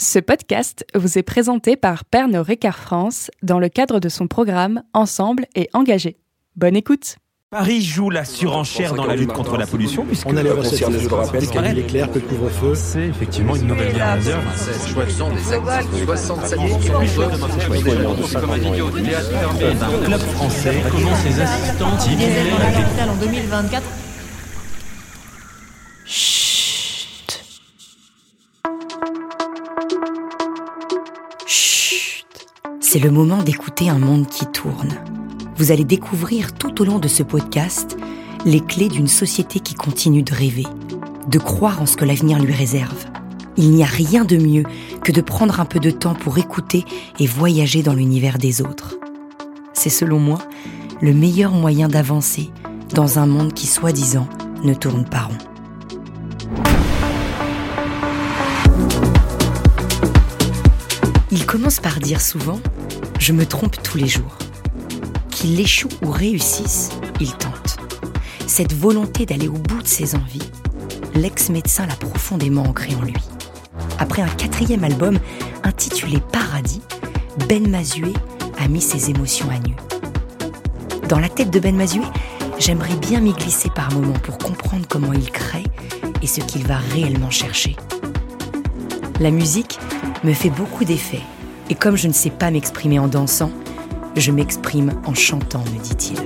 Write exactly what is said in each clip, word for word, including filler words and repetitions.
Ce podcast vous est présenté par Pernod Ricard France dans le cadre de son programme Ensemble et engagés. Bonne écoute. Paris joue la surenchère dans la lutte contre la pollution puisque on a les recettes. Je le rappelle qu'il est clair que le couvre-feu, c'est effectivement une nouvelle guerre mondiale. soixante-sept pour cent des jeunes comme un vidéo de théâtre fermé d'un club français. Comment ses assistants diesel dans la capitale en deux mille vingt-quatre. Chut. Chut. C'est le moment d'écouter un monde qui tourne. Vous allez découvrir tout au long de ce podcast les clés d'une société qui continue de rêver, de croire en ce que l'avenir lui réserve. Il n'y a rien de mieux que de prendre un peu de temps pour écouter et voyager dans l'univers des autres. C'est selon moi le meilleur moyen d'avancer dans un monde qui, soi-disant, ne tourne pas rond. Il commence par dire souvent « Je me trompe tous les jours ». Qu'il échoue ou réussisse, il tente. Cette volonté d'aller au bout de ses envies, l'ex-médecin l'a profondément ancrée en lui. Après un quatrième album intitulé Paradis, Ben Mazué a mis ses émotions à nu. Dans la tête de Ben Mazué, j'aimerais bien m'y glisser par moments pour comprendre comment il crée et ce qu'il va réellement chercher. La musique me fait beaucoup d'effets, et comme je ne sais pas m'exprimer en dansant, je m'exprime en chantant, me dit-il.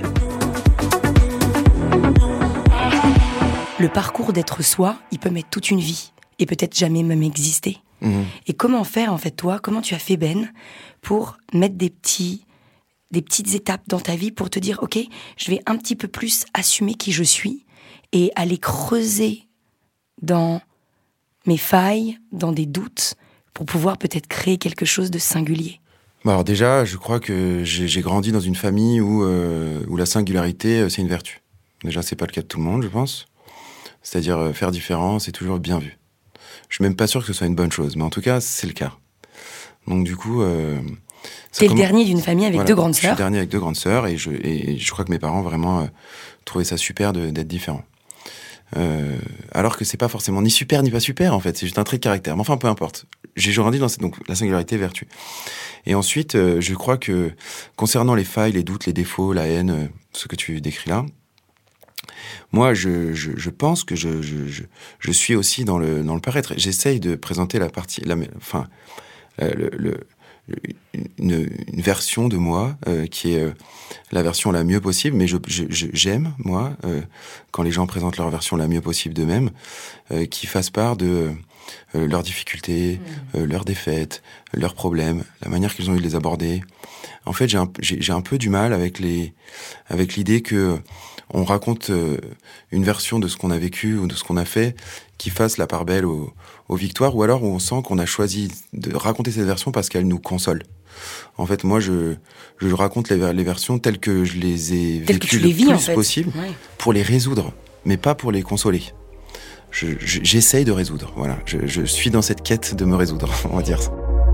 Le parcours d'être soi, il peut mettre toute une vie et peut-être jamais même exister. Mmh. Et comment faire, en fait, toi, comment tu as fait, Ben, pour mettre des petits, des petites étapes dans ta vie pour te dire, ok, je vais un petit peu plus assumer qui je suis et aller creuser dans mes failles, dans des doutes, pour pouvoir peut-être créer quelque chose de singulier. Alors déjà, je crois que j'ai, j'ai grandi dans une famille où, euh, où la singularité, euh, c'est une vertu. Déjà, c'est pas le cas de tout le monde, je pense. C'est-à-dire, euh, faire différent, c'est toujours bien vu. Je suis même pas sûr que ce soit une bonne chose, mais en tout cas, c'est le cas. Donc du coup... Euh, T'es comment... le dernier d'une famille avec voilà, deux grandes sœurs. Je suis sœurs. le dernier avec deux grandes sœurs, et je, et je crois que mes parents, vraiment, euh, trouvaient ça super de, d'être différents. Euh, alors que c'est pas forcément ni super ni pas super, en fait, c'est juste un trait de caractère. Mais enfin, peu importe. J'ai grandi dans cette, donc, la singularité vertu. Et ensuite, euh, je crois que concernant les failles, les doutes, les défauts, la haine, euh, ce que tu décris là, moi, je, je, je pense que je, je, je, je suis aussi dans le, dans le paraître. J'essaye de présenter la partie, la, enfin, euh, le, le, une, une version de moi euh, qui est euh, la version la mieux possible, mais je, je, je, j'aime, moi, euh, quand les gens présentent leur version la mieux possible d'eux-mêmes, euh, qui fassent part de euh, leurs difficultés, mmh. euh, leurs défaites, leurs problèmes, la manière qu'ils ont eu de les aborder. En fait, j'ai un, j'ai, j'ai un peu du mal avec, les, avec l'idée que on raconte euh, une version de ce qu'on a vécu ou de ce qu'on a fait qui fasse la part belle aux, aux victoires, ou alors où on sent qu'on a choisi de raconter cette version parce qu'elle nous console. En fait, moi, je, je raconte les, les versions telles que je les ai Telles vécues le le vis, plus en fait. possible, ouais. Pour les résoudre, mais pas pour les consoler. Je, je, j'essaye de résoudre, voilà. Je, je suis dans cette quête de me résoudre, on va dire ça.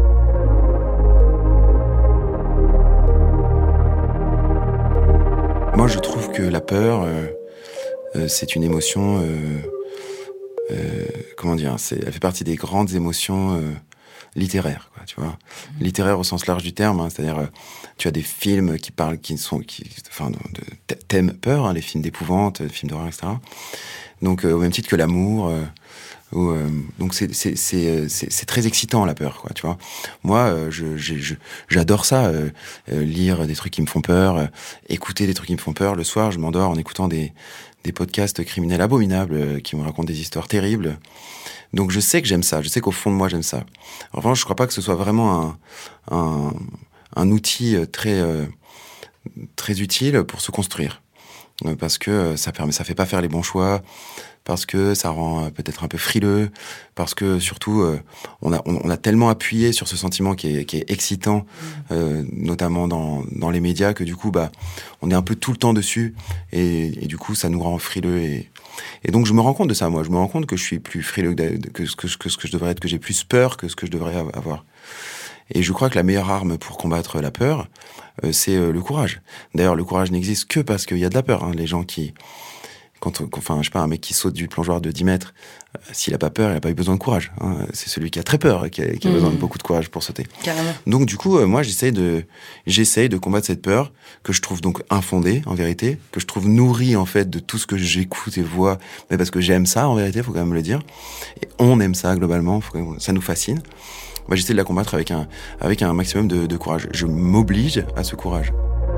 Moi, je trouve que la peur, euh, euh, c'est une émotion... Euh, euh, comment dire, c'est, elle fait partie des grandes émotions euh, littéraires, quoi, tu vois. Mmh. Littéraires au sens large du terme, hein, c'est-à-dire, euh, tu as des films qui parlent, qui sont, qui, enfin, de, de thèmes peur, hein, les films d'épouvante, les films d'horreur, et cetera. Donc, euh, au même titre que l'amour. Euh, Où, euh, donc c'est, c'est, c'est, c'est, c'est très excitant, la peur, quoi, tu vois. Moi, euh, je, je, je, j'adore ça, euh, euh, lire des trucs qui me font peur, euh, écouter des trucs qui me font peur. Le soir, je m'endors en écoutant des, des podcasts criminels abominables euh, qui me racontent des histoires terribles. Donc je sais que j'aime ça, je sais qu'au fond de moi, j'aime ça. En revanche, je crois pas que ce soit vraiment un, un, un outil très, euh, très utile pour se construire. Euh, parce que ça permet, ça fait pas faire les bons choix, parce que ça rend peut-être un peu frileux, parce que surtout euh, on a on, on a tellement appuyé sur ce sentiment qui est qui est excitant, euh, notamment dans dans les médias, que du coup bah on est un peu tout le temps dessus, et, et du coup ça nous rend frileux, et et donc je me rends compte de ça. Moi, je me rends compte que je suis plus frileux que, que ce que, que ce que je devrais être, que j'ai plus peur que ce que je devrais avoir. Et je crois que la meilleure arme pour combattre la peur, euh, c'est euh, le courage. D'ailleurs, le courage n'existe que parce qu'il y a de la peur, hein. Les gens qui quand, enfin, je sais pas, un mec qui saute du plongeoir de dix mètres, euh, s'il a pas peur, il a pas eu besoin de courage. Hein. C'est celui qui a très peur qui a, qui a mmh. besoin de beaucoup de courage pour sauter. Carrément. Donc du coup, euh, moi, j'essaye de, j'essaye de combattre cette peur que je trouve donc infondée en vérité, que je trouve nourrie en fait de tout ce que j'écoute et vois, mais parce que j'aime ça en vérité, faut quand même le dire. Et on aime ça globalement, faut quand même, ça nous fascine. Moi, j'essaie de la combattre avec un, avec un maximum de, de courage. Je m'oblige à ce courage.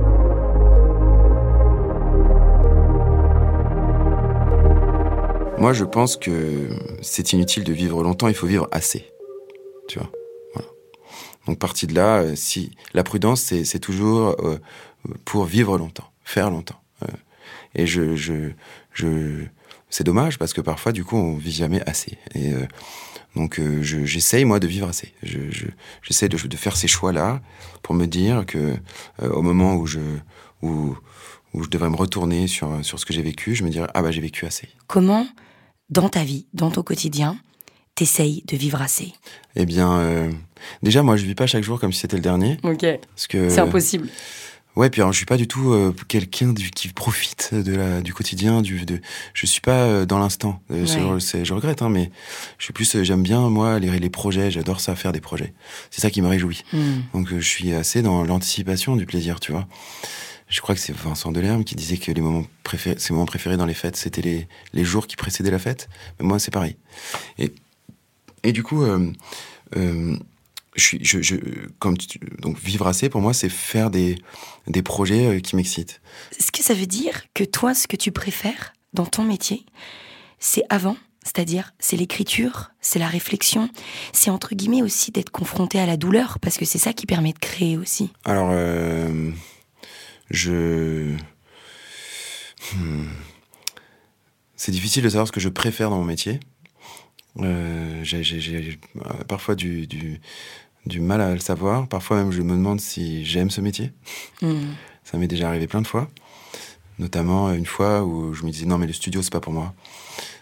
Moi, je pense que c'est inutile de vivre longtemps, il faut vivre assez. Tu vois, voilà. Donc, partie de là, euh, si la prudence, c'est, c'est toujours euh, pour vivre longtemps, faire longtemps. Euh, et je, je, je, c'est dommage parce que parfois, du coup, on vit jamais assez. Et euh, donc, euh, je, j'essaye moi de vivre assez. Je, je, j'essaie de, de faire ces choix-là pour me dire que euh, au moment où je, où, où je devrais me retourner sur sur ce que j'ai vécu, je me dirais ah bah j'ai vécu assez. Comment, dans ta vie, dans ton quotidien, t'essayes de vivre assez? Eh bien, euh, déjà, moi, je vis pas chaque jour comme si c'était le dernier. Ok. Parce que, c'est impossible. Ouais, puis alors, je suis pas du tout euh, quelqu'un du, qui profite de la, du quotidien. Du, de, je suis pas euh, dans l'instant. Euh, ouais. c'est, c'est, je regrette, hein, mais je suis plus. Euh, j'aime bien moi les, les projets. J'adore ça, faire des projets. C'est ça qui me réjouit. Mm. Donc, euh, je suis assez dans l'anticipation du plaisir, tu vois. Je crois que c'est Vincent Delerme qui disait que les moments préférés, ses moments préférés dans les fêtes, c'était les, les jours qui précédaient la fête. Mais moi, c'est pareil. Et, et du coup, euh, euh, je suis, je, je, comme tu, donc vivre assez pour moi, c'est faire des, des projets qui m'excitent. Est-ce que ça veut dire que toi, ce que tu préfères dans ton métier, c'est avant, c'est-à-dire c'est l'écriture, c'est la réflexion, c'est entre guillemets aussi d'être confronté à la douleur, parce que c'est ça qui permet de créer aussi. Alors. Euh... Je... Hmm. C'est difficile de savoir ce que je préfère dans mon métier. Euh, j'ai, j'ai, j'ai parfois du, du, du mal à le savoir. Parfois même, je me demande si j'aime ce métier. Mmh. Ça m'est déjà arrivé plein de fois. Notamment une fois où je me disais « Non, mais le studio, c'est pas pour moi. Euh, »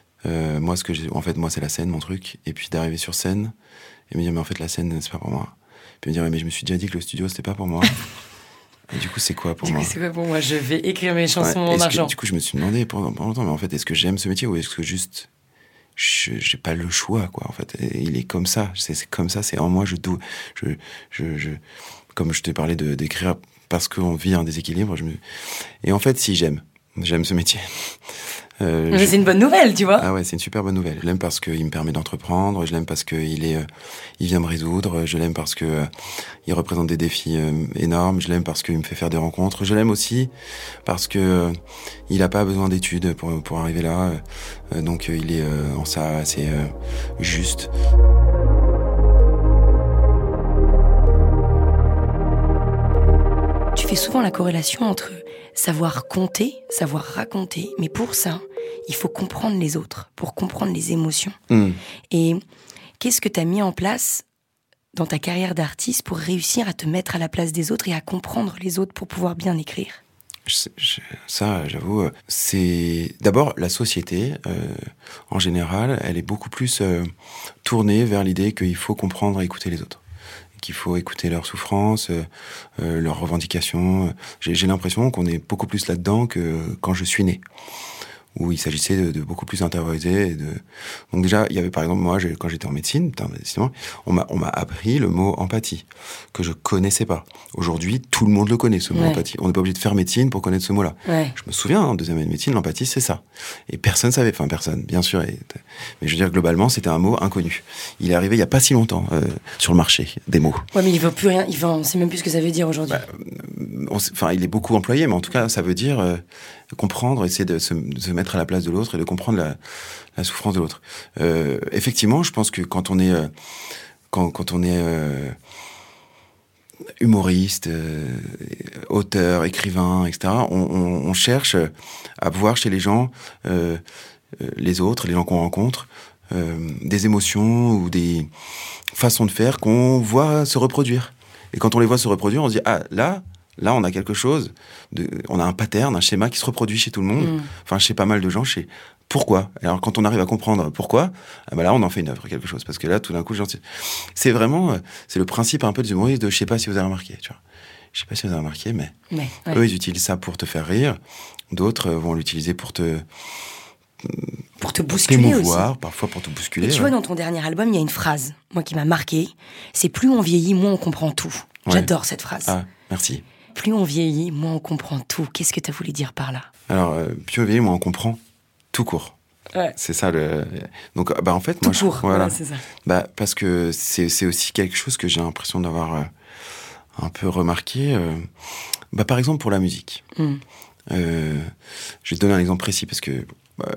Moi, ce que j'ai... En fait, moi, c'est la scène, mon truc. Et puis d'arriver sur scène et me dire « Mais en fait, la scène, c'est pas pour moi. » Puis me dire « Mais je me suis déjà dit que le studio, c'était pas pour moi. » Et du coup, c'est quoi pour du moi coup, c'est quoi pour moi? Je vais écrire mes chansons ouais, en argent. Que, du coup, je me suis demandé pendant, pendant longtemps, mais en fait, est-ce que j'aime ce métier ou est-ce que juste je, j'ai pas le choix, quoi, en fait. Et il est comme ça, c'est, c'est comme ça, c'est en moi, je dois, je, je, je, comme je t'ai parlé de, d'écrire parce qu'on vit un déséquilibre, je me... et en fait, si j'aime, j'aime ce métier. Euh, mais je... c'est une bonne nouvelle, tu vois. Ah ouais, c'est une super bonne nouvelle. Je l'aime parce qu'il me permet d'entreprendre, je l'aime parce qu'il est, euh, il vient me résoudre, je l'aime parce que euh, il représente des défis euh, énormes, je l'aime parce qu'il me fait faire des rencontres, je l'aime aussi parce que euh, il a pas besoin d'études pour pour arriver là, euh, donc euh, il est euh, en ça assez euh, juste. Tu fais souvent la corrélation entre savoir compter, savoir raconter, mais pour ça, il faut comprendre les autres, pour comprendre les émotions. Mmh. Et qu'est-ce que tu as mis en place dans ta carrière d'artiste pour réussir à te mettre à la place des autres et à comprendre les autres pour pouvoir bien écrire? je, je, Ça, j'avoue, c'est... D'abord, la société, euh, en général, elle est beaucoup plus euh, tournée vers l'idée qu'il faut comprendre et écouter les autres. Qu'il faut écouter leurs souffrances, euh, euh, leurs revendications. J'ai, j'ai l'impression qu'on est beaucoup plus là-dedans que quand je suis né, où il s'agissait de, de beaucoup plus intérioriser. Et de... Donc déjà, il y avait par exemple, moi, j'ai, quand j'étais en médecine, on m'a, on m'a appris le mot empathie, que je connaissais pas. Aujourd'hui, tout le monde le connaît, ce mot ouais. empathie. On n'est pas obligé de faire médecine pour connaître ce mot-là. Ouais. Je me souviens, en deuxième année de médecine, l'empathie, c'est ça. Et personne savait, enfin personne, bien sûr. Et... Mais je veux dire, globalement, c'était un mot inconnu. Il est arrivé il y a pas si longtemps euh, sur le marché, des mots. Ouais, mais il veut plus rien, il veut, on sait même plus ce que ça veut dire aujourd'hui. Bah, enfin, il est beaucoup employé, mais en tout cas, ça veut dire euh, comprendre, essayer de se, de se mettre à la place de l'autre et de comprendre la, la souffrance de l'autre. Euh, effectivement, je pense que quand on est, euh, quand, quand on est euh, humoriste, euh, auteur, écrivain, et cetera, on, on, on cherche à voir chez les gens, euh, les autres, les gens qu'on rencontre, euh, des émotions ou des façons de faire qu'on voit se reproduire. Et quand on les voit se reproduire, on se dit « Ah, là, là, on a quelque chose, de, on a un pattern, un schéma qui se reproduit chez tout le monde, mmh. enfin chez pas mal de gens, chez... Pourquoi ? Alors quand on arrive à comprendre pourquoi, ah bah là on en fait une œuvre, quelque chose. Parce que là, tout d'un coup, genre, c'est vraiment, c'est le principe un peu des humoristes de, je sais pas si vous avez remarqué, tu vois. Je sais pas si vous avez remarqué, mais ouais, ouais. eux, ils utilisent ça pour te faire rire. D'autres vont l'utiliser pour te... Pour te bousculer aussi. Parfois pour te bousculer. Et tu ouais. vois, dans ton dernier album, il y a une phrase, moi, qui m'a marquée. C'est « Plus on vieillit, moins on comprend tout ». Ouais. J'adore cette phrase. Ah, merci. Plus on vieillit, moins on comprend tout. Qu'est-ce que tu as voulu dire par là ? Alors, euh, plus on vieillit, moins on comprend tout court. Ouais. C'est ça le. Donc, bah en fait, tout moi, court. je, voilà. Ouais, c'est ça. Bah parce que c'est c'est aussi quelque chose que j'ai l'impression d'avoir euh, un peu remarqué. Euh, bah par exemple pour la musique. Mm. Euh, je vais te donner un exemple précis parce que bah,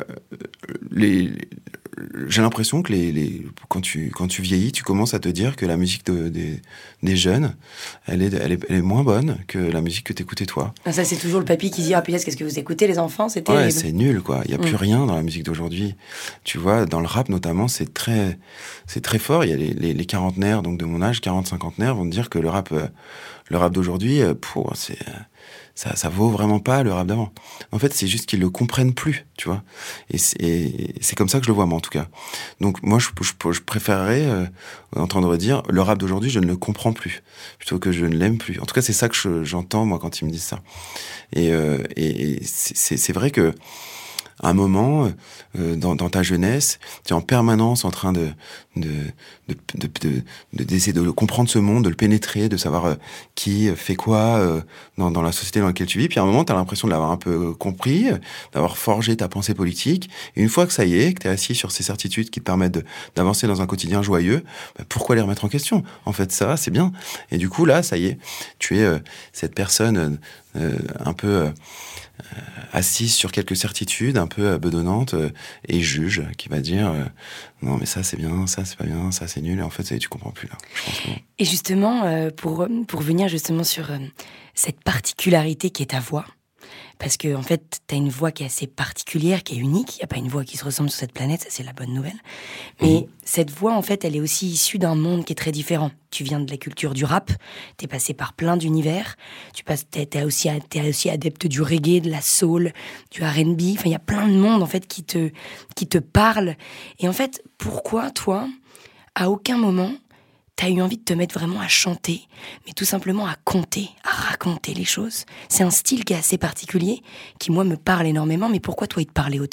les, les, j'ai l'impression que les, les quand tu quand tu vieillis, tu commences à te dire que la musique de, des des jeunes, elle est elle est elle est moins bonne que la musique que t'écoutais toi. Ah, ça c'est toujours le papy qui dit ah putain, qu'est-ce que vous écoutez les enfants, c'était ouais, c'est nul quoi. Il y a mm. plus rien dans la musique d'aujourd'hui. Tu vois, dans le rap notamment, c'est très c'est très fort. Il y a les les, les quarantenaires donc de mon âge, quarante cinquantenaires vont te dire que le rap euh, le rap d'aujourd'hui, euh, pour c'est euh, ça ça vaut vraiment pas le rap d'avant. En fait, c'est juste qu'ils le comprennent plus, tu vois. Et c'est, et c'est comme ça que je le vois, moi, en tout cas. Donc, moi, je, je, je préférerais euh, entendre dire le rap d'aujourd'hui, je ne le comprends plus, plutôt que je ne l'aime plus. En tout cas, c'est ça que je, j'entends, moi, quand ils me disent ça. Et, euh, et, et c'est, c'est, c'est vrai que à un moment, euh, dans, dans ta jeunesse, tu es en permanence en train de, de, de, de, de, de d'essayer de comprendre ce monde, de le pénétrer, de savoir euh, qui fait quoi euh, dans, dans la société dans laquelle tu vis. Puis à un moment, tu as l'impression de l'avoir un peu compris, d'avoir forgé ta pensée politique. Et une fois que ça y est, que tu es assis sur ces certitudes qui te permettent de, d'avancer dans un quotidien joyeux, bah, pourquoi les remettre en question ? En fait, ça, c'est bien. Et du coup, là, ça y est, tu es euh, cette personne euh, un peu... Euh, Euh, assise sur quelques certitudes un peu euh, bedonnantes euh, et juge qui va dire euh, non mais ça c'est bien, ça c'est pas bien, ça c'est nul et en fait ça, tu comprends plus là. Je pense que... Et justement euh, pour, pour venir justement sur euh, cette particularité qui est ta voix, parce que en fait t'as une voix qui est assez particulière, qui est unique, il n'y a pas une voix qui se ressemble sur cette planète, ça c'est la bonne nouvelle, mais mmh. cette voix en fait elle est aussi issue d'un monde qui est très différent. Tu viens de la culture du rap, t'es passé par plein d'univers, tu passes, t'es, t'es, aussi, t'es aussi adepte du reggae, de la soul, du R and B, enfin il y a plein de monde en fait qui te, qui te parle. Et en fait, pourquoi toi, à aucun moment, t'as eu envie de te mettre vraiment à chanter, mais tout simplement à conter, à raconter les choses. C'est un style qui est assez particulier, qui moi me parle énormément, mais pourquoi toi il te parlait autant ?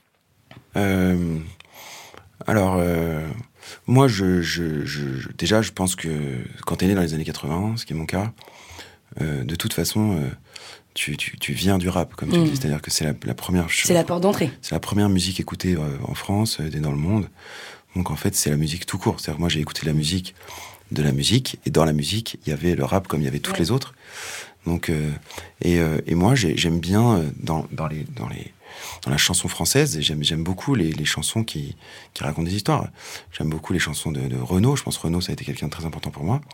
euh, Alors, euh, moi je, je, je, déjà je pense que quand t'es né dans les années quatre-vingts, ce qui est mon cas, euh, de toute façon, euh, tu, tu, tu viens du rap, comme tu mmh. dis, c'est-à-dire que c'est la, la première... C'est la porte d'entrée. C'est la première musique écoutée euh, en France et dans le monde. Donc en fait, c'est la musique tout court. C'est-à-dire que moi, j'ai écouté la musique de la musique, et dans la musique, il y avait le rap comme il y avait toutes ouais. les autres. Donc, euh, et, euh, et moi, j'ai, j'aime bien euh, dans, dans, les, dans, les, dans la chanson française, et j'aime, j'aime beaucoup les, les chansons qui, qui racontent des histoires. J'aime beaucoup les chansons de, de Renaud. Je pense que Renaud, ça a été quelqu'un de très important pour moi.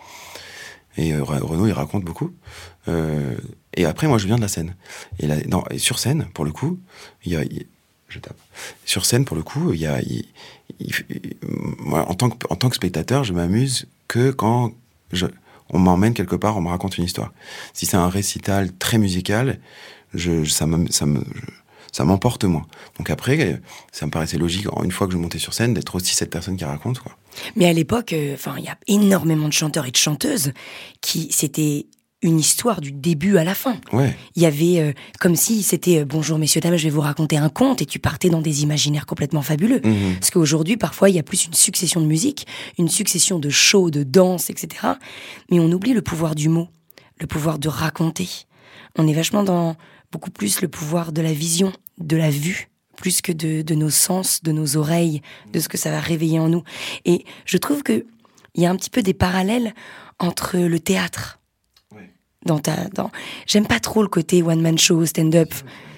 Et euh, Renaud, il raconte beaucoup. Euh, et après, moi, je viens de la scène. Et, là, non, et sur scène, pour le coup, il y a... Y, je tape. Sur scène, pour le coup, il y a, il, il, il, moi, en tant que, en tant que spectateur, je m'amuse que quand je, on m'emmène quelque part, on me raconte une histoire. Si c'est un récital très musical, je, ça me, ça me, je, ça m'emporte moins. Donc après, ça me paraissait logique, une fois que je montais sur scène, d'être aussi cette personne qui raconte, quoi. Mais à l'époque, enfin, euh, il y a énormément de chanteurs et de chanteuses qui, c'était une histoire du début à la fin. Ouais. Il y avait euh, comme si c'était euh, bonjour messieurs dames, je vais vous raconter un conte, et tu partais dans des imaginaires complètement fabuleux. Mmh. Parce qu'aujourd'hui, parfois, il y a plus une succession de musique, une succession de shows, de danse, et cetera. Mais on oublie le pouvoir du mot, le pouvoir de raconter. On est vachement dans beaucoup plus le pouvoir de la vision, de la vue, plus que de, de nos sens, de nos oreilles, de ce que ça va réveiller en nous. Et je trouve que il y a un petit peu des parallèles entre le théâtre. Dans ta, dans... J'aime pas trop le côté one-man show, stand-up.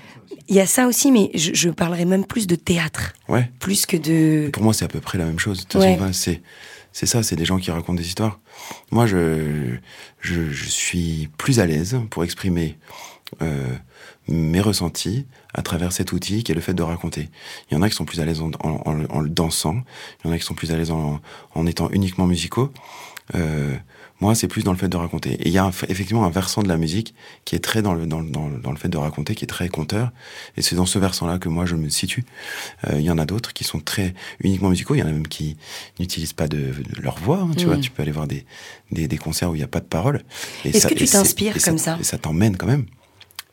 Il y a ça aussi, mais je, je parlerais même plus de théâtre. Ouais. Plus que de... Pour moi, c'est à peu près la même chose. De toute ouais. façon, c'est, c'est ça, c'est des gens qui racontent des histoires. Moi, je, je, je suis plus à l'aise pour exprimer euh, mes ressentis à travers cet outil qui est le fait de raconter. Il y en a qui sont plus à l'aise en, en, en, en le dansant, il y en a qui sont plus à l'aise en, en étant uniquement musicaux. Euh, Moi, c'est plus dans le fait de raconter. Et il y a un, effectivement un versant de la musique qui est très dans le, dans, dans, dans le fait de raconter, qui est très conteur. Et c'est dans ce versant-là que moi, je me situe. Euh, il y en a d'autres qui sont très uniquement musicaux. Il y en a même qui n'utilisent pas de, de leur voix. Hein, tu mmh. vois, tu peux aller voir des, des, des concerts où il n'y a pas de paroles. Et Est-ce ça, que tu t'inspires comme ça, ça Et ça t'emmène quand même.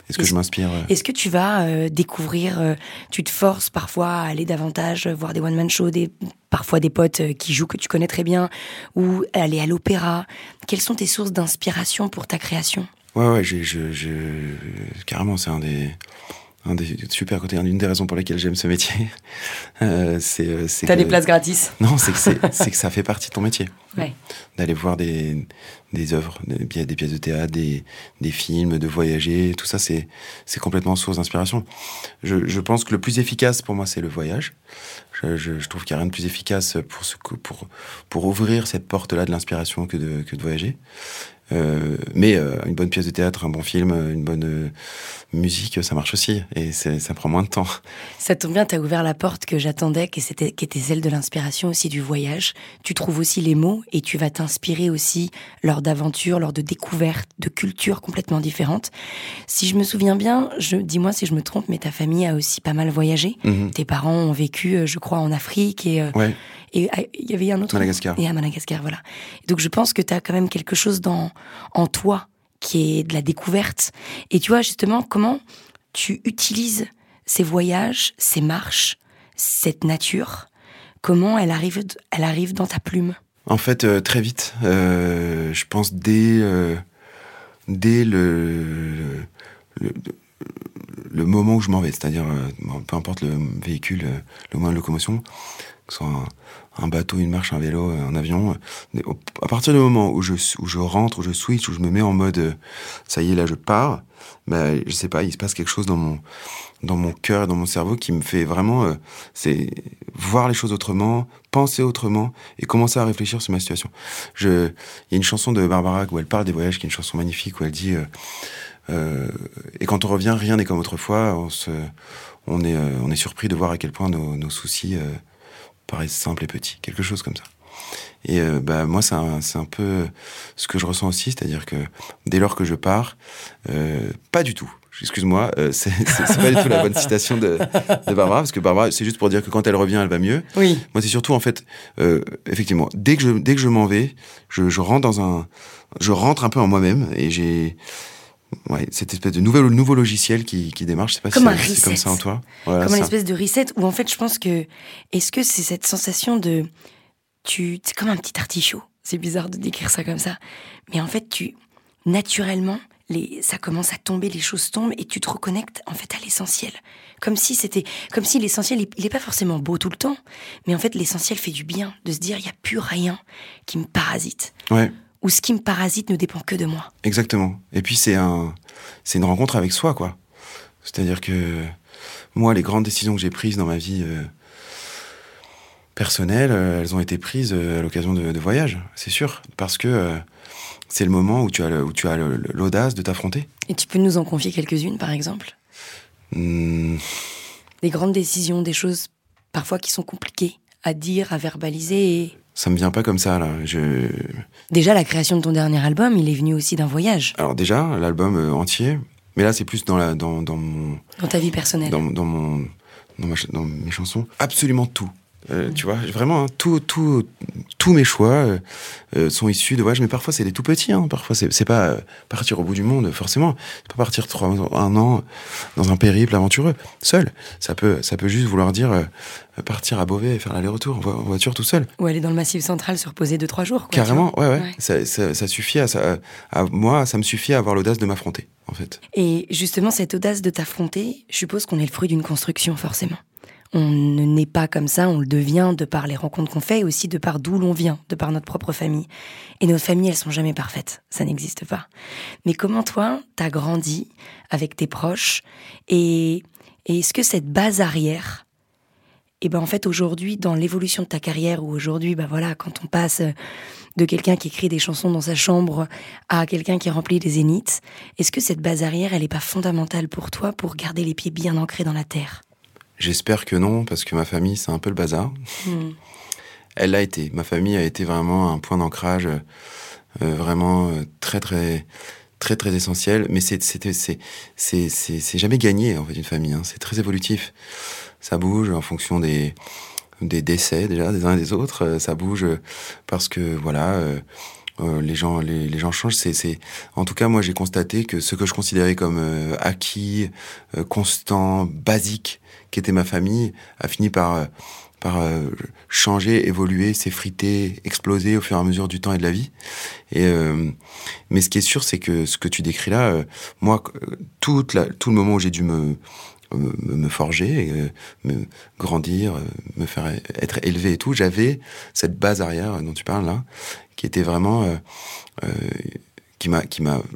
Est-ce que est-ce, je m'inspire euh... Est-ce que tu vas euh, découvrir, euh, tu te forces parfois à aller davantage voir des one-man shows, des, parfois des potes euh, qui jouent que tu connais très bien, ou aller à l'opéra? Quelles sont tes sources d'inspiration pour ta création? Ouais, ouais, j'ai, je, je, carrément, c'est un des... Un des super côtés, une des raisons pour lesquelles j'aime ce métier, euh, c'est, c'est T'as que... des places gratis. Non, c'est que, c'est, c'est que ça fait partie de ton métier. Ouais. D'aller voir des, des œuvres, des pièces, des pièces de théâtre, des, des films, de voyager, tout ça, c'est, c'est complètement source d'inspiration. Je, je pense que le plus efficace pour moi, c'est le voyage. Je, je, je trouve qu'il n'y a rien de plus efficace pour, ce, pour, pour ouvrir cette porte-là de l'inspiration que de, que de voyager. Euh, mais euh, une bonne pièce de théâtre, un bon film, une bonne euh, musique, ça marche aussi, et c'est, ça prend moins de temps. Ça tombe bien, t'as ouvert la porte que j'attendais, qui était, qui était celle de l'inspiration aussi du voyage. Tu trouves aussi les mots et tu vas t'inspirer aussi lors d'aventures, lors de découvertes, de cultures complètement différentes. Si je me souviens bien, je, dis-moi si je me trompe, mais ta famille a aussi pas mal voyagé. Mm-hmm. Tes parents ont vécu, je crois, en Afrique et... Euh, ouais. Et il y avait un autre... Madagascar. Et à Madagascar, voilà. Donc je pense que tu as quand même quelque chose dans, en toi qui est de la découverte. Et tu vois, justement, comment tu utilises ces voyages, ces marches, cette nature, comment elle arrive, elle arrive dans ta plume? En fait, euh, très vite. Euh, je pense dès, euh, dès le, le, le moment où je m'en vais. C'est-à-dire, euh, peu importe le véhicule, le moyen de locomotion, que ce soit un, un bateau, une marche, un vélo, un avion. À partir du moment où je, où je rentre, où je switch, où je me mets en mode ça y est, là je pars, ben, je sais pas, il se passe quelque chose dans mon, dans mon cœur et dans mon cerveau qui me fait vraiment euh, c'est voir les choses autrement, penser autrement et commencer à réfléchir sur ma situation. Je, il y a une chanson de Barbara où elle parle des voyages, qui est une chanson magnifique, où elle dit euh, euh, et quand on revient, rien n'est comme autrefois. On, se, on, est, euh, on est surpris de voir à quel point nos, nos soucis euh, paraissent simples et petits, quelque chose comme ça. Et euh, bah, moi, c'est un, c'est un peu ce que je ressens aussi, c'est-à-dire que dès lors que je pars, euh, pas du tout, excuse-moi, euh, c'est, c'est, c'est pas du tout la bonne citation de, de Barbara, parce que Barbara, c'est juste pour dire que quand elle revient, elle va mieux. Oui. Moi, c'est surtout, en fait, euh, effectivement, dès que je, dès que je m'en vais, je, je rentre dans un... Je rentre un peu en moi-même, et j'ai... Ouais, cette espèce de nouveau, nouveau logiciel qui, qui démarre, je sais pas comme si un c'est, reset. c'est comme ça en toi. Voilà, comme ça. une espèce de reset, où en fait, je pense que... Est-ce que c'est cette sensation de... Tu, c'est comme un petit artichaut. C'est bizarre de décrire ça comme ça. Mais en fait, tu, naturellement, les, ça commence à tomber, les choses tombent et tu te reconnectes, en fait, à l'essentiel. Comme si c'était, comme si l'essentiel, il, il est pas forcément beau tout le temps. Mais en fait, l'essentiel fait du bien. De se dire, il y a plus rien qui me parasite. Ouais. Ou ce qui me parasite ne dépend que de moi. Exactement. Et puis, c'est un, c'est une rencontre avec soi, quoi. C'est-à-dire que, moi, les grandes décisions que j'ai prises dans ma vie, euh, personnelles, euh, elles ont été prises euh, à l'occasion de, de voyages, c'est sûr, parce que euh, c'est le moment où tu as, le, où tu as le, l'audace de t'affronter. Et tu peux nous en confier quelques-unes, par exemple ? mmh. Des grandes décisions, des choses parfois qui sont compliquées à dire, à verbaliser. Et... Ça me vient pas comme ça, là. Je... Déjà, la création de ton dernier album, il est venu aussi d'un voyage. Alors déjà, l'album euh, entier, mais là, c'est plus dans, la, dans, dans mon... Dans ta vie personnelle. Dans, dans, mon, dans, ma, dans mes chansons. Absolument tout. Euh, tu vois, vraiment, hein, tout, tout, tous mes choix euh, euh, sont issus de voyages, mais parfois c'est des tout petits, hein, parfois c'est, c'est pas euh, partir au bout du monde, forcément, c'est pas partir trois, un an dans un périple aventureux, seul. Ça peut, ça peut juste vouloir dire euh, partir à Beauvais et faire l'aller-retour en, vo- en voiture tout seul. Ou aller dans le Massif Central se reposer deux, trois jours. Quoi, carrément, ouais, ouais. ouais. Ça, ça, ça suffit à, ça, à, à moi, ça me suffit à avoir l'audace de m'affronter, en fait. Et justement, cette audace de t'affronter, je suppose qu'on est le fruit d'une construction, forcément. On ne naît pas comme ça, on le devient de par les rencontres qu'on fait et aussi de par d'où l'on vient, de par notre propre famille. Et nos familles, elles sont jamais parfaites, ça n'existe pas. Mais comment toi, t'as grandi avec tes proches et, et est-ce que cette base arrière, et ben en fait aujourd'hui, dans l'évolution de ta carrière, ou aujourd'hui, ben voilà, quand on passe de quelqu'un qui écrit des chansons dans sa chambre à quelqu'un qui remplit des zéniths, est-ce que cette base arrière, elle est pas fondamentale pour toi pour garder les pieds bien ancrés dans la terre ? J'espère que non, parce que ma famille, c'est un peu le bazar. Mmh. Elle l'a été. Ma famille a été vraiment un point d'ancrage euh, vraiment euh, très, très, très, très essentiel. Mais c'est, c'est, c'est, c'est, c'est, c'est jamais gagné, en fait, une famille. Hein. C'est très évolutif. Ça bouge en fonction des, des décès, déjà, des uns et des autres. Euh, ça bouge parce que, voilà, euh, euh, les gens, les, les gens changent. C'est, c'est, en tout cas, moi, j'ai constaté que ce que je considérais comme euh, acquis, euh, constant, basique, qui était ma famille, a fini par euh, par euh, changer, évoluer, s'effriter, exploser au fur et à mesure du temps et de la vie. Et euh, mais ce qui est sûr, c'est que ce que tu décris là, euh, moi, toute la, tout le moment où j'ai dû me me, me forger, euh, me grandir, euh, me faire être élevé et tout, j'avais cette base arrière dont tu parles là, qui était vraiment euh, euh, qui m'a qui m'a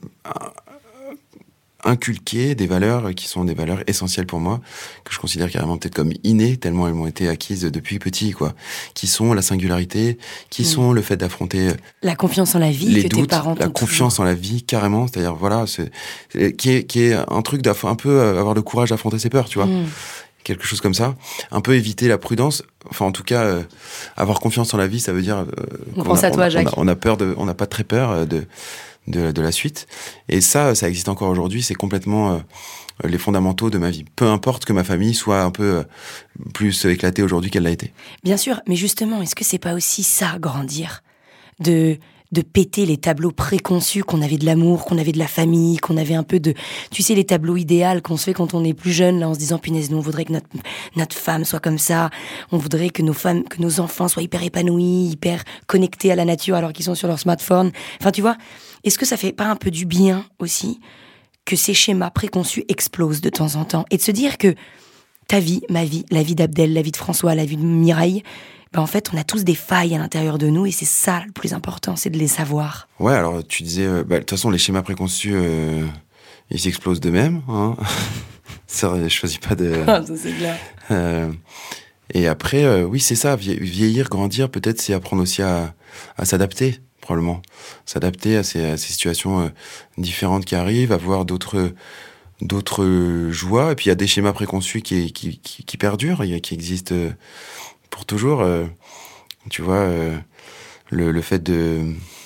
inculquer des valeurs qui sont des valeurs essentielles pour moi, que je considère carrément peut-être comme innées, tellement elles m'ont été acquises depuis petit, quoi. Qui sont la singularité, qui mmh. sont le fait d'affronter la confiance en la vie, les que doutes, tes parents la confiance toujours. En la vie, carrément. C'est-à-dire, voilà, c'est, c'est, qui est, qui est un truc d'un peu avoir le courage d'affronter ses peurs, tu vois. Mmh. Quelque chose comme ça. Un peu éviter la prudence. Enfin, en tout cas, euh, avoir confiance en la vie, ça veut dire, euh, on pense a, à toi, on, Jacques. On a, on a peur de, on n'a pas très peur de, De, de la suite. Et ça, ça existe encore aujourd'hui. C'est complètement euh, les fondamentaux de ma vie. Peu importe que ma famille soit un peu euh, plus éclatée aujourd'hui qu'elle l'a été. Bien sûr, mais justement, est-ce que c'est pas aussi ça, grandir ? De, de péter les tableaux préconçus qu'on avait de l'amour, qu'on avait de la famille, qu'on avait un peu de... Tu sais, les tableaux idéaux qu'on se fait quand on est plus jeune, là, en se disant, punaise, nous, on voudrait que notre, notre femme soit comme ça. On voudrait que nos femmes, que nos enfants soient hyper épanouis, hyper connectés à la nature alors qu'ils sont sur leur smartphone. Enfin, tu vois... Est-ce que ça fait pas un peu du bien aussi que ces schémas préconçus explosent de temps en temps et de se dire que ta vie, ma vie, la vie d'Abdel, la vie de François, la vie de Mireille, ben en fait, on a tous des failles à l'intérieur de nous et c'est ça le plus important, c'est de les savoir. Ouais, alors tu disais, euh, bah, de toute façon, les schémas préconçus, euh, ils s'explosent d'eux-mêmes. Hein. Ça, je choisis pas de... Ah, ça c'est clair. Euh, et après, euh, oui, c'est ça, vieillir, grandir, peut-être, c'est apprendre aussi à, à s'adapter. Probablement s'adapter à ces, à ces situations euh, différentes qui arrivent, avoir d'autres d'autres joies. Et puis il y a des schémas préconçus qui qui qui, qui perdurent, qui existent euh, pour toujours. Euh, tu vois, euh, le le fait de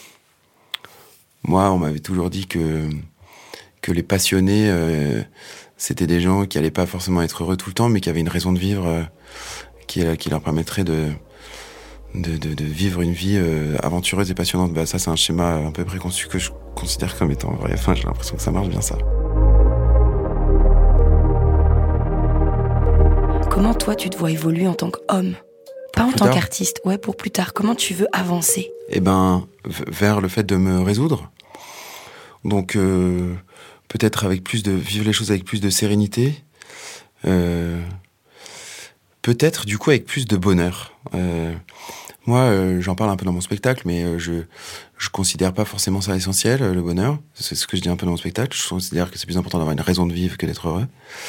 moi, on m'avait toujours dit que que les passionnés euh, c'était des gens qui allaient pas forcément être heureux tout le temps, mais qui avaient une raison de vivre euh, qui qui leur permettrait de De, de, de vivre une vie euh, aventureuse et passionnante. Bah, ça, c'est un schéma un peu préconçu que je considère comme étant vrai. Enfin, j'ai l'impression que ça marche bien, ça. Comment, toi, tu te vois évoluer en tant qu'homme ? Pas en tant qu'artiste, ouais, pour plus tard. Comment tu veux avancer ? Eh ben, v- vers le fait de me résoudre. Donc, euh, peut-être avec plus de... vivre les choses avec plus de sérénité. Euh, peut-être, du coup, avec plus de bonheur. Euh, Moi, euh, j'en parle un peu dans mon spectacle, mais euh, je je considère pas forcément ça essentiel, euh, le bonheur. C'est ce que je dis un peu dans mon spectacle. Je considère que c'est plus important d'avoir une raison de vivre que d'être heureux.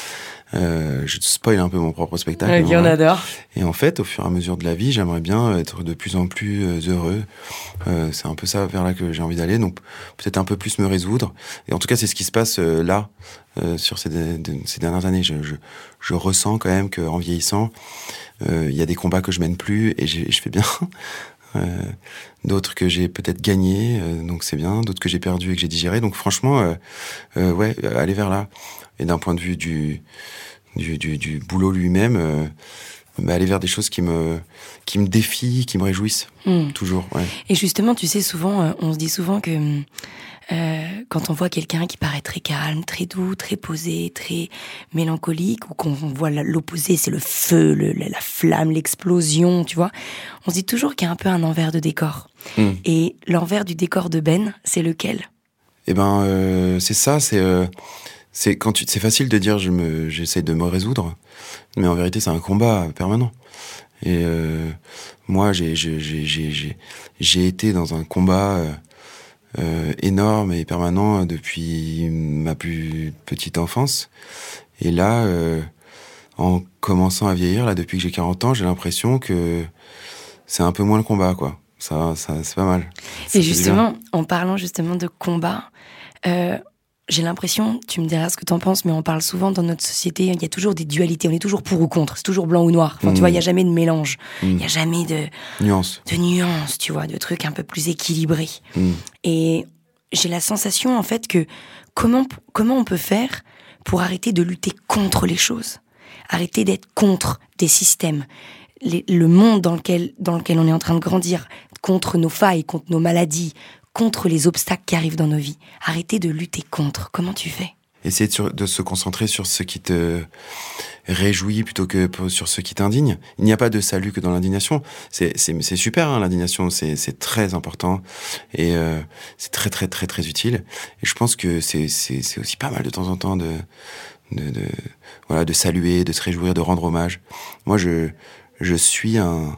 Euh, je spoil un peu mon propre spectacle. Ok, on adore. Et en fait, au fur et à mesure de la vie, j'aimerais bien être de plus en plus euh, heureux. Euh, c'est un peu ça vers là que j'ai envie d'aller. Donc, peut-être un peu plus me résoudre. Et en tout cas, c'est ce qui se passe euh, là, euh, sur ces, de, de, ces dernières années. Je, je, je ressens quand même qu'en vieillissant, il euh, y a des combats que je mène plus et je fais bien. Euh, d'autres que j'ai peut-être gagné, euh, donc c'est bien. D'autres que j'ai perdu et que j'ai digéré. Donc franchement, euh, euh, ouais, aller vers là. Et d'un point de vue du du, du, du boulot lui-même, euh, bah, aller vers des choses qui me qui me défient, qui me réjouissent, mmh. toujours. Ouais. Et justement, tu sais, souvent, euh, on se dit souvent que euh, quand on voit quelqu'un qui paraît très calme, très doux, très posé, très mélancolique, ou qu'on voit l'opposé, c'est le feu, le, la flamme, l'explosion, tu vois, on se dit toujours qu'il y a un peu un envers de décor. Mmh. Et l'envers du décor de Ben, c'est lequel ? Eh ben, euh, c'est ça, c'est euh, c'est quand tu, c'est facile de dire je me, j'essaie de me résoudre, mais en vérité c'est un combat permanent. Et euh, moi j'ai j'ai j'ai j'ai j'ai été dans un combat euh, euh, énorme et permanent depuis ma plus petite enfance. Et là, euh, en commençant à vieillir, là depuis que j'ai quarante ans, j'ai l'impression que c'est un peu moins le combat, quoi. Ça, ça c'est pas mal. Ça et justement, en parlant justement de combat. Euh, j'ai l'impression, tu me diras ce que t'en penses, mais on parle souvent dans notre société, il y a toujours des dualités, on est toujours pour ou contre, c'est toujours blanc ou noir. Enfin, mmh. tu vois, il y a jamais de mélange, il mmh. y a jamais de nuances, de nuances, tu vois, de trucs un peu plus équilibrés. Mmh. Et j'ai la sensation, en fait, que comment comment on peut faire pour arrêter de lutter contre les choses, arrêter d'être contre des systèmes, les, le monde dans lequel dans lequel on est en train de grandir, contre nos failles, contre nos maladies, contre les obstacles qui arrivent dans nos vies. Arrêter de lutter contre. Comment tu fais ? Essayer de, sur, de se concentrer sur ce qui te réjouit plutôt que sur ce qui t'indigne. Il n'y a pas de salut que dans l'indignation. C'est, c'est, c'est super, hein, l'indignation, c'est, c'est très important et euh, c'est très, très, très, très utile. Et je pense que c'est, c'est, c'est aussi pas mal de temps en temps de, de, de, voilà, de saluer, de se réjouir, de rendre hommage. Moi, je, je suis un...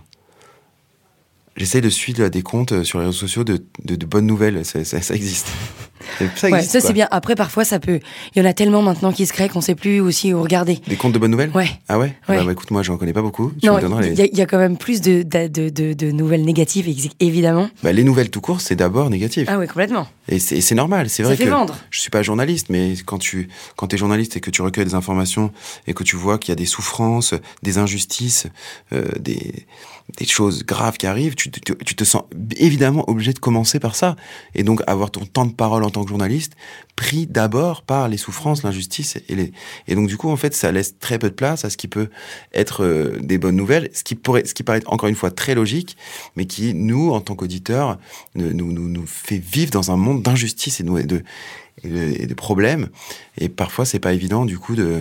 J'essaie de suivre des comptes sur les réseaux sociaux de, de, de bonnes nouvelles. Ça, ça, ça existe. Ça existe, ouais, ça quoi. C'est bien. Après, parfois, ça peut. Il y en a tellement maintenant qui se créent qu'on sait plus aussi où regarder. Des comptes de bonnes nouvelles ? Ouais. Ah ouais, ouais. Bah, bah écoute, moi, j'en connais pas beaucoup. Tu non, me donneras il les... y, y a quand même plus de, de, de, de, de nouvelles négatives, évidemment. Bah, les nouvelles tout court, c'est d'abord négatif. Ah oui, complètement. Et c'est, et c'est normal. C'est ça vrai fait que vendre. Je suis pas journaliste, mais quand tu quand t'es journaliste et que tu recueilles des informations et que tu vois qu'il y a des souffrances, des injustices, euh, des des choses graves qui arrivent, tu, tu, tu te sens évidemment obligé de commencer par ça. Et donc avoir ton temps de parole en tant que journaliste pris d'abord par les souffrances, l'injustice et les et donc du coup en fait ça laisse très peu de place à ce qui peut être euh, des bonnes nouvelles, ce qui pourrait ce qui paraît encore une fois très logique, mais qui nous en tant qu'auditeurs nous nous nous fait vivre dans un monde d'injustice et de et de, et de, et de problèmes. Et parfois c'est pas évident du coup de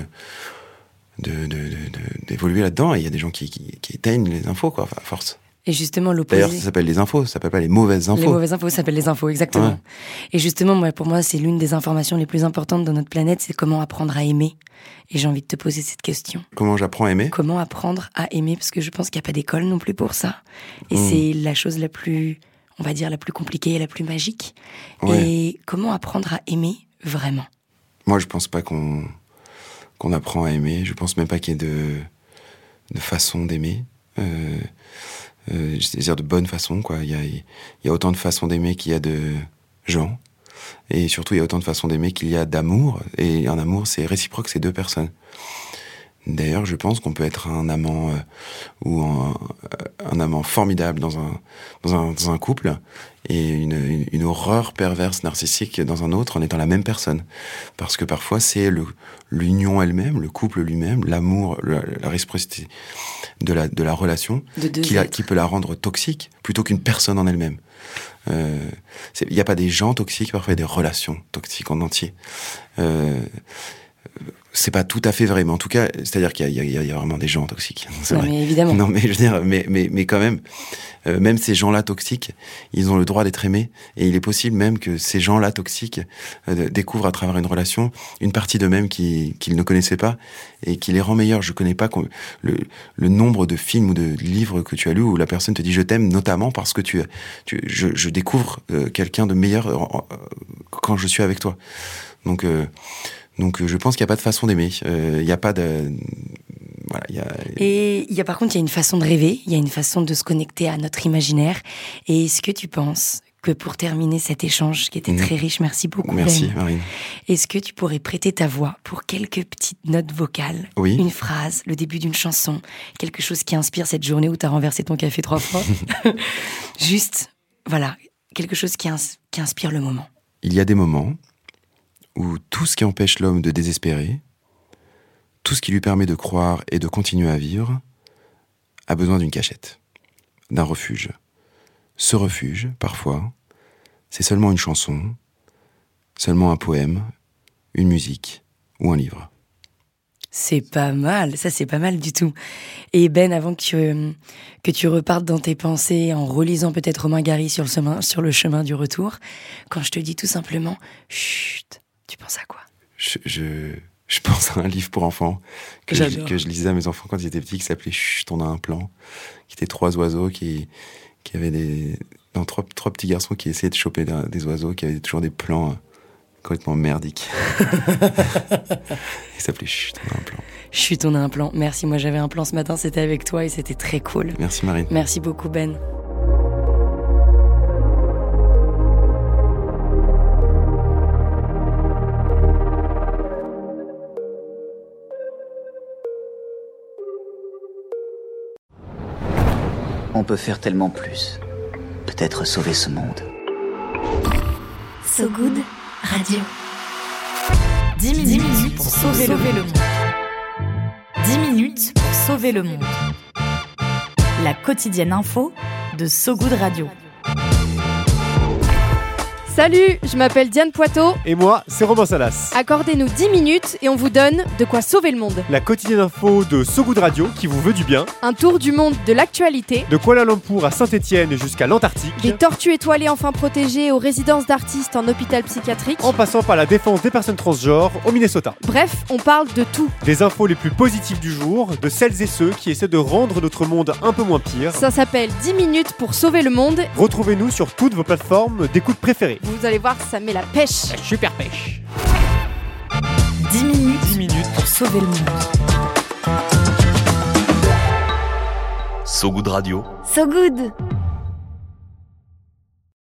De, de, de, de, d'évoluer là-dedans, et il y a des gens qui, qui, qui éteignent les infos, quoi, à force. Et justement, l'opposé... D'ailleurs, ça s'appelle les infos, ça s'appelle pas les mauvaises infos. Les mauvaises infos, ça s'appelle les infos, exactement. Ouais. Et justement, moi, pour moi, c'est l'une des informations les plus importantes de notre planète, c'est comment apprendre à aimer. Et j'ai envie de te poser cette question. Comment j'apprends à aimer ? Comment apprendre à aimer, parce que je pense qu'il n'y a pas d'école non plus pour ça. Et mmh. c'est la chose la plus, on va dire, la plus compliquée et la plus magique. Ouais. Et comment apprendre à aimer vraiment ? Moi, je pense pas qu'on... qu'on apprend à aimer. Je pense même pas qu'il y ait de, de façon d'aimer. Euh, euh, c'est-à-dire de bonne façon, quoi. Il y a, il y a autant de façons d'aimer qu'il y a de gens. Et surtout, il y a autant de façons d'aimer qu'il y a d'amour. Et un amour, c'est réciproque, c'est deux personnes. D'ailleurs, je pense qu'on peut être un amant euh, ou un, un amant formidable dans un, dans un, dans un couple et une, une, une horreur perverse narcissique dans un autre en étant la même personne. Parce que parfois, c'est le, l'union elle-même, le couple lui-même, l'amour, la, la réciprocité de la, de la relation qui, la, qui peut la rendre toxique plutôt qu'une personne en elle-même. Euh, il n'y a pas des gens toxiques, parfois il y a des relations toxiques en entier. Euh, c'est pas tout à fait vrai, mais en tout cas, c'est-à-dire qu'il y a, il y a, il y a vraiment des gens toxiques. C'est non, vrai. Mais évidemment. Non, mais je veux dire, mais, mais, mais quand même, euh, même ces gens-là toxiques, ils ont le droit d'être aimés, et il est possible même que ces gens-là toxiques euh, découvrent à travers une relation une partie d'eux-mêmes qui, qu'ils ne connaissaient pas et qui les rend meilleurs. Je connais pas le, le nombre de films ou de livres que tu as lus où la personne te dit je t'aime, notamment parce que tu, tu je, je découvre euh, quelqu'un de meilleur euh, quand je suis avec toi. Donc euh, Donc je pense qu'il n'y a pas de façon d'aimer. Il euh, n'y a pas de... Voilà, y a... Et il y a, par contre, il y a une façon de rêver, il y a une façon de se connecter à notre imaginaire. Et est-ce que tu penses que pour terminer cet échange qui était mmh. très riche, merci beaucoup Merci Ben, Marine. Est-ce que tu pourrais prêter ta voix pour quelques petites notes vocales, oui. une phrase, le début d'une chanson, quelque chose qui inspire cette journée où tu as renversé ton café trois fois Juste, voilà, quelque chose qui, ins- qui inspire le moment. Il y a des moments où tout ce qui empêche l'homme de désespérer, tout ce qui lui permet de croire et de continuer à vivre, a besoin d'une cachette, d'un refuge. Ce refuge, parfois, c'est seulement une chanson, seulement un poème, une musique ou un livre. C'est pas mal, ça c'est pas mal du tout. Et Ben, avant que tu, que tu repartes dans tes pensées en relisant peut-être Romain Gary sur le chemin, sur le chemin du retour, quand je te dis tout simplement « chut », tu penses à quoi ? je, je, je pense à un livre pour enfants que je, que je lisais à mes enfants quand ils étaient petits, qui s'appelait « Chut, on a un plan », qui était trois oiseaux qui, qui avaient des... Non, trois, trois petits garçons qui essayaient de choper des, des oiseaux, qui avaient toujours des plans euh, complètement merdiques. Il s'appelait « Chut, on a un plan ». Chut, on a un plan. Merci, moi j'avais un plan ce matin, c'était avec toi et c'était très cool. Merci Marine. Merci beaucoup Ben. On peut faire tellement plus. Peut-être sauver ce monde. So Good Radio. dix minutes pour sauver le monde. dix minutes pour sauver le monde. La quotidienne info de So Good Radio. Salut, je m'appelle Diane Poitot. Et moi, c'est Romain Salas. Accordez-nous dix minutes et on vous donne de quoi sauver le monde. La quotidienne info de So Good Radio qui vous veut du bien. Un tour du monde de l'actualité. De Kuala Lumpur à Saint-Étienne jusqu'à l'Antarctique. Des tortues étoilées enfin protégées aux résidences d'artistes en hôpital psychiatrique. En passant par la défense des personnes transgenres au Minnesota. Bref, on parle de tout. Des infos les plus positives du jour, de celles et ceux qui essaient de rendre notre monde un peu moins pire. Ça s'appelle dix minutes pour sauver le monde. Retrouvez-nous sur toutes vos plateformes d'écoute préférées. Vous allez voir, ça met la pêche. La super pêche. dix minutes, dix minutes pour sauver le monde. So Good Radio. So good.